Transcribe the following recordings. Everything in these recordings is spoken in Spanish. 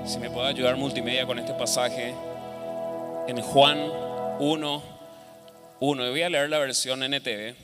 Si me puede ayudar multimedia con este pasaje en Juan 1:1. Y voy a leer la versión NTV.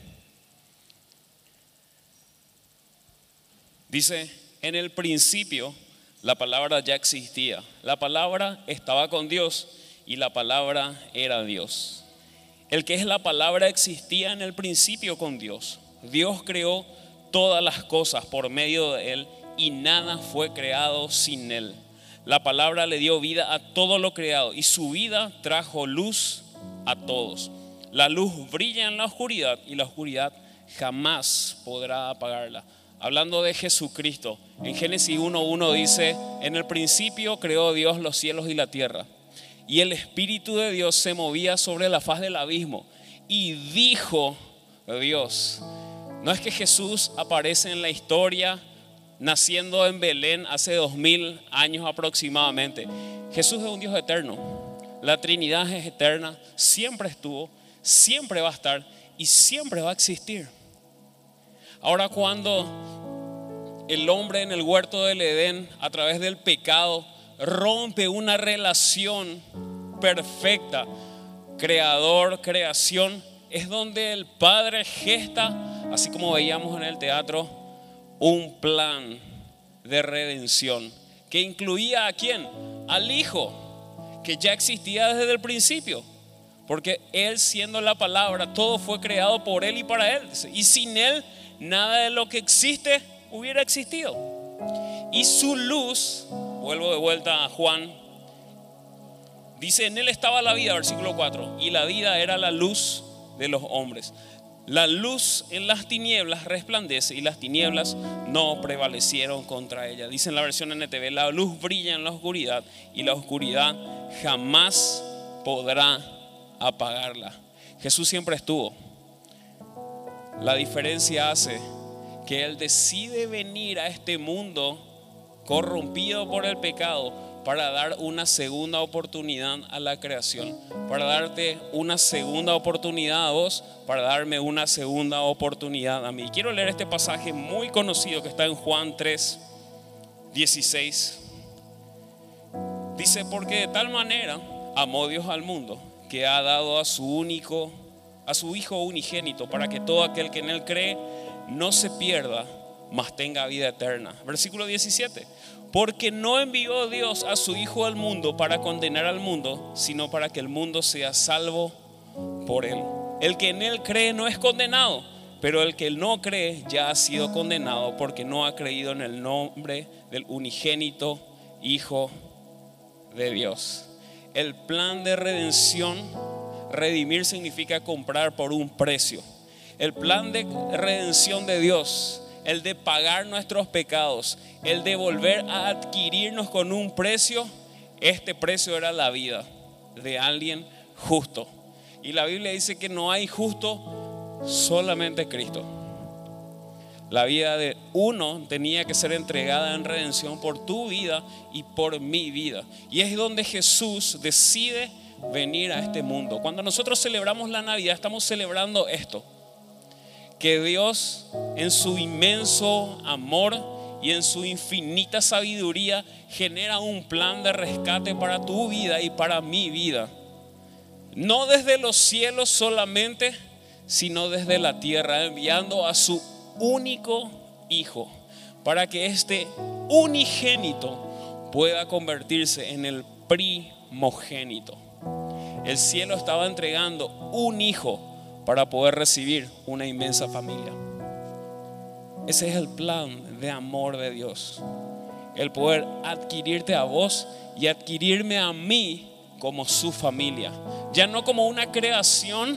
Dice: en el principio la palabra ya existía. La palabra estaba con Dios y la palabra era Dios. El que es la palabra existía en el principio con Dios. Dios creó todas las cosas por medio de Él y nada fue creado sin Él. La palabra le dio vida a todo lo creado y su vida trajo luz a todos. La luz brilla en la oscuridad y la oscuridad jamás podrá apagarla. Hablando de Jesucristo, en Génesis 1:1 dice: en el principio creó Dios los cielos y la tierra, y el Espíritu de Dios se movía sobre la faz del abismo. Y dijo Dios. No es que Jesús aparece en la historia naciendo en Belén hace 2000 años aproximadamente. Jesús es un Dios eterno. La Trinidad es eterna, siempre estuvo, siempre va a estar y siempre va a existir. Ahora, cuando el hombre en el huerto del Edén, a través del pecado, rompe una relación perfecta, creador, creación, es donde el Padre gesta, así como veíamos en el teatro, un plan de redención que incluía ¿a quién? Al Hijo, que ya existía desde el principio, porque Él, siendo la palabra, todo fue creado por Él y para Él, y sin Él nada de lo que existe hubiera existido. Y su luz, vuelvo de vuelta a Juan, dice: en Él estaba la vida, versículo 4, y la vida era la luz de los hombres. La luz en las tinieblas resplandece y las tinieblas no prevalecieron contra ella. Dice en la versión NTV: la luz brilla en la oscuridad y la oscuridad jamás podrá apagarla. Jesús siempre estuvo. La diferencia hace que Él decide venir a este mundo corrompido por el pecado para dar una segunda oportunidad a la creación, para darte una segunda oportunidad a vos, para darme una segunda oportunidad a mí. Quiero leer este pasaje muy conocido que está en Juan 3:16. Dice: porque de tal manera amó Dios al mundo, que ha dado a su Hijo unigénito, para que todo aquel que en Él cree no se pierda, mas tenga vida eterna. Versículo 17: porque no envió Dios a su Hijo al mundo para condenar al mundo, sino para que el mundo sea salvo por Él. El que en Él cree no es condenado, pero el que no cree ya ha sido condenado, porque no ha creído en el nombre del unigénito Hijo de Dios. El plan de redención, redimir significa comprar por un precio. El plan de redención de Dios, el de pagar nuestros pecados, el de volver a adquirirnos con un precio. Este precio era la vida de alguien justo. Y la Biblia dice que no hay justo, solamente Cristo. La vida de uno tenía que ser entregada en redención por tu vida y por mi vida. Y es donde Jesús decide venir a este mundo. Cuando nosotros celebramos la Navidad, estamos celebrando esto: que Dios, en su inmenso amor y en su infinita sabiduría, genera un plan de rescate para tu vida y para mi vida. No desde los cielos solamente, sino desde la tierra, enviando a su único Hijo, para que este unigénito pueda convertirse en el primogénito. El cielo estaba entregando un hijo para poder recibir una inmensa familia. Ese es el plan de amor de Dios. El poder adquirirte a vos y adquirirme a mí como su familia. Ya no como una creación,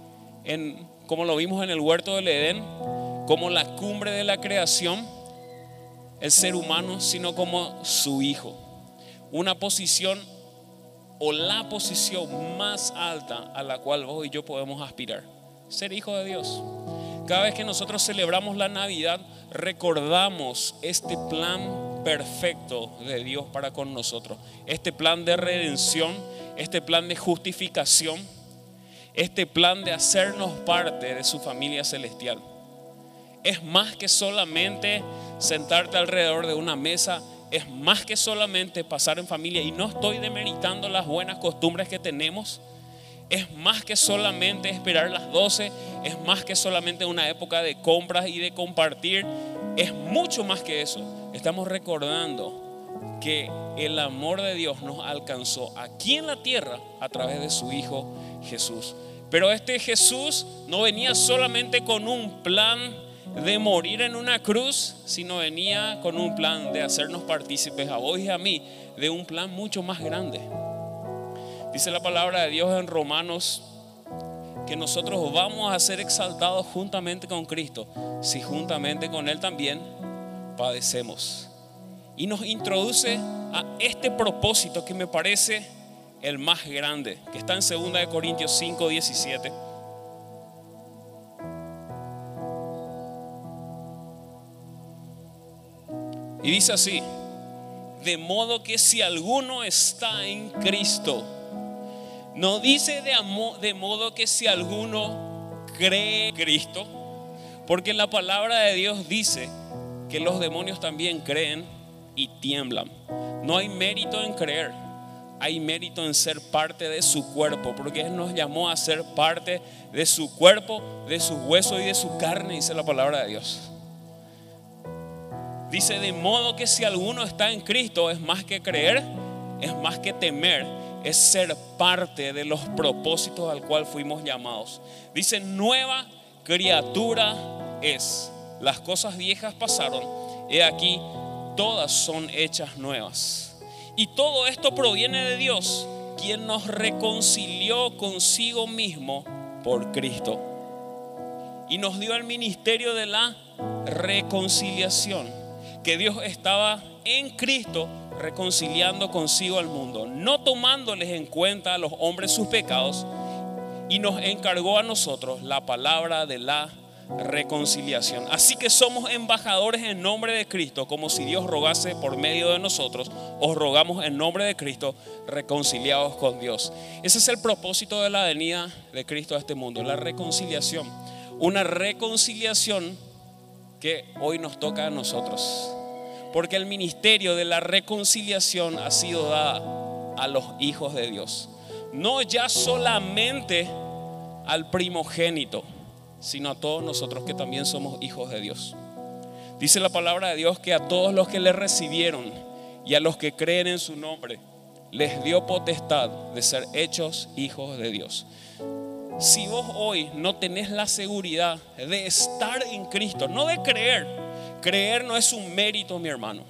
como lo vimos en el huerto del Edén, como la cumbre de la creación, el ser humano, sino como su hijo. Una posición o la posición más alta a la cual vos y yo podemos aspirar: ser hijo de Dios. Cada vez que nosotros celebramos la Navidad, recordamos este plan perfecto de Dios para con nosotros. Este plan de redención, este plan de justificación, este plan de hacernos parte de su familia celestial. Es más que solamente sentarte alrededor de una mesa es más que solamente pasar en familia, y no estoy demeritando las buenas costumbres que tenemos. Es más que solamente esperar las 12, es más que solamente una época de compras y de compartir, es mucho más que eso. Estamos recordando que el amor de Dios nos alcanzó aquí en la tierra a través de su Hijo Jesús. Pero este Jesús no venía solamente con un plan de morir en una cruz, sino venía con un plan de hacernos partícipes a vos y a mí de un plan mucho más grande. Dice la palabra de Dios en Romanos que nosotros vamos a ser exaltados juntamente con Cristo si juntamente con Él también padecemos. Y nos introduce a este propósito que me parece el más grande, que está en 2 Corintios 5:17. Y dice así: de modo que si alguno está en Cristo, no dice de modo que si alguno cree en Cristo, porque la palabra de Dios dice que los demonios también creen y tiemblan. No hay mérito en creer, hay mérito en ser parte de su cuerpo, porque Él nos llamó a ser parte de su cuerpo, de sus huesos y de su carne, dice la palabra de Dios. Dice: de modo que si alguno está en Cristo, es más que creer, es más que temer, es ser parte de los propósitos al cual fuimos llamados. Dice: nueva criatura es, las cosas viejas pasaron, he aquí todas son hechas nuevas. Y todo esto proviene de Dios, quien nos reconcilió consigo mismo por Cristo y nos dio el ministerio de la reconciliación, que Dios estaba en Cristo reconciliando consigo al mundo, no tomándoles en cuenta a los hombres sus pecados, y nos encargó a nosotros la palabra de la reconciliación. Así que somos embajadores en nombre de Cristo, como si Dios rogase por medio de nosotros. Os rogamos en nombre de Cristo, reconciliados con Dios. Ese es el propósito de la venida de Cristo a este mundo, la reconciliación. Una reconciliación que hoy nos toca a nosotros, porque el ministerio de la reconciliación ha sido dada a los hijos de Dios, no ya solamente al primogénito, sino a todos nosotros que también somos hijos de Dios. Dice la palabra de Dios que a todos los que le recibieron y a los que creen en su nombre les dio potestad de ser hechos hijos de Dios. Si vos hoy no tenés la seguridad de estar en Cristo, no de creer, creer no es un mérito, mi hermano.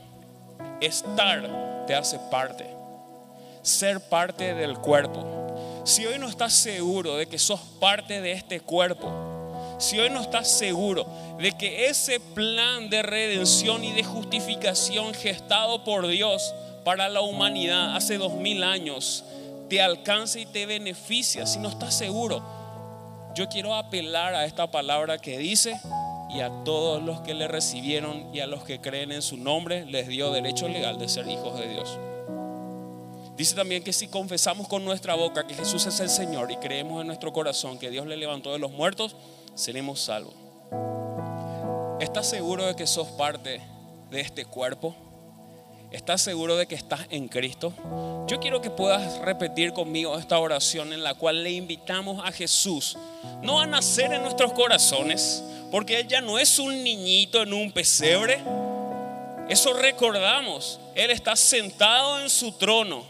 Estar te hace parte, ser parte del cuerpo. Si hoy no estás seguro de que sos parte de este cuerpo, si hoy no estás seguro de que ese plan de redención y de justificación gestado por Dios para la humanidad hace 2000 años te alcanza y te beneficia, si no estás seguro, yo quiero apelar a esta palabra que dice: y a todos los que le recibieron y a los que creen en su nombre les dio derecho legal de ser hijos de Dios. Dice también que si confesamos con nuestra boca que Jesús es el Señor y creemos en nuestro corazón que Dios le levantó de los muertos, seremos salvos. ¿Estás seguro de que sos parte de este cuerpo? ¿Estás seguro de que estás en Cristo? Yo quiero que puedas repetir conmigo esta oración en la cual le invitamos a Jesús no a nacer en nuestros corazones, porque Él ya no es un niñito en un pesebre. Eso recordamos. Él está sentado en su trono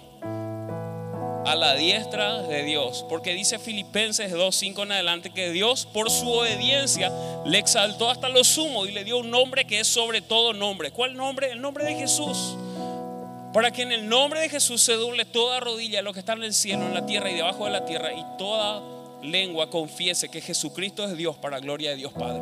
a la diestra de Dios, porque dice Filipenses 2:5 en adelante que Dios por su obediencia le exaltó hasta lo sumo y le dio un nombre que es sobre todo nombre. ¿Cuál nombre? El nombre de Jesús, para que en el nombre de Jesús se doble toda rodilla, lo que está en el cielo, en la tierra y debajo de la tierra, y toda lengua confiese que Jesucristo es Dios, para gloria de Dios Padre.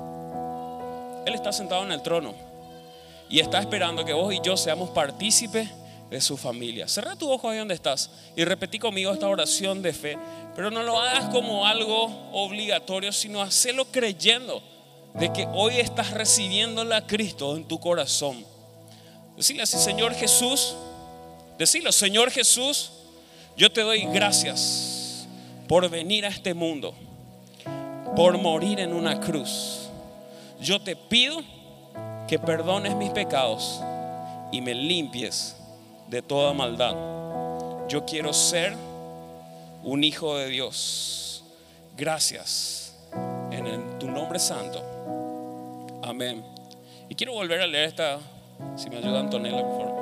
Él está sentado en el trono y está esperando que vos y yo seamos partícipes de su familia. Cerra tu ojo ahí donde estás y repetí conmigo esta oración de fe, pero no lo hagas como algo obligatorio, sino hacelo creyendo de que hoy estás recibiendo a Cristo en tu corazón. Decile así: Señor Jesús, decilo: Señor Jesús, yo te doy gracias por venir a este mundo, por morir en una cruz. Yo te pido que perdones mis pecados y me limpies de toda maldad. Yo quiero ser un hijo de Dios. Gracias en tu nombre santo. Amén. Y quiero volver a leer esta, si me ayuda Antonella, por favor.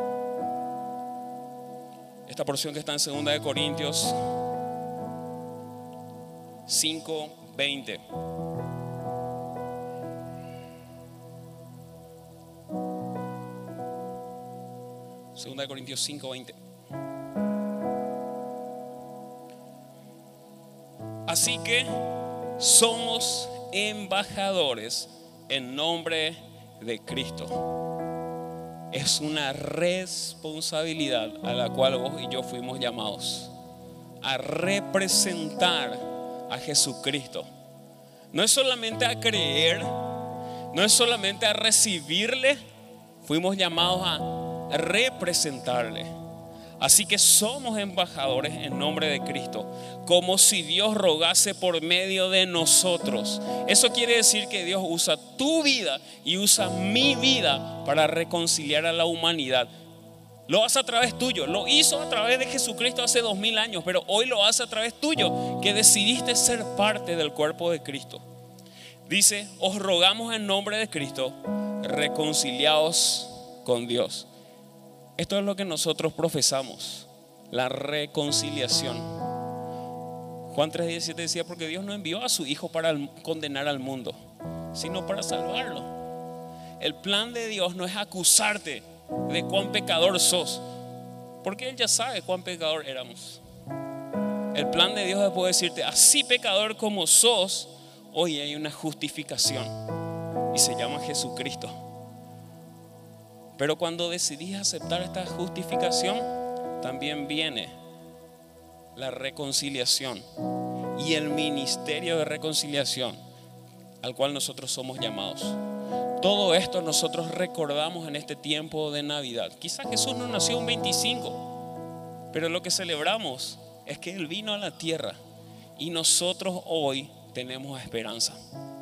Esta porción que está en 2 de Corintios 5:20. Segunda de Corintios 5:20. Así que somos embajadores en nombre de Cristo. Es una responsabilidad a la cual vos y yo fuimos llamados, a representar a Jesucristo. No es solamente a creer, no es solamente a recibirle, fuimos llamados a representarle. Así que somos embajadores en nombre de Cristo, como si Dios rogase por medio de nosotros. Eso quiere decir que Dios usa tu vida y usa mi vida para reconciliar a la humanidad. Lo hace a través tuyo, lo hizo a través de Jesucristo hace 2000 años, pero hoy lo hace a través tuyo, que decidiste ser parte del cuerpo de Cristo. Dice, os rogamos en nombre de Cristo, reconciliaos con Dios. Esto es lo que nosotros profesamos, la reconciliación. Juan 3:17 decía, porque Dios no envió a su Hijo para condenar al mundo, sino para salvarlo. El plan de Dios no es acusarte de cuán pecador sos, porque Él ya sabe cuán pecador éramos. El plan de Dios es poder decirte, así pecador como sos, hoy hay una justificación y se llama Jesucristo. Pero cuando decidís aceptar esta justificación, también viene la reconciliación y el ministerio de reconciliación al cual nosotros somos llamados. Todo esto nosotros recordamos en este tiempo de Navidad. Quizás Jesús no nació un 25, pero lo que celebramos es que Él vino a la tierra y nosotros hoy tenemos esperanza.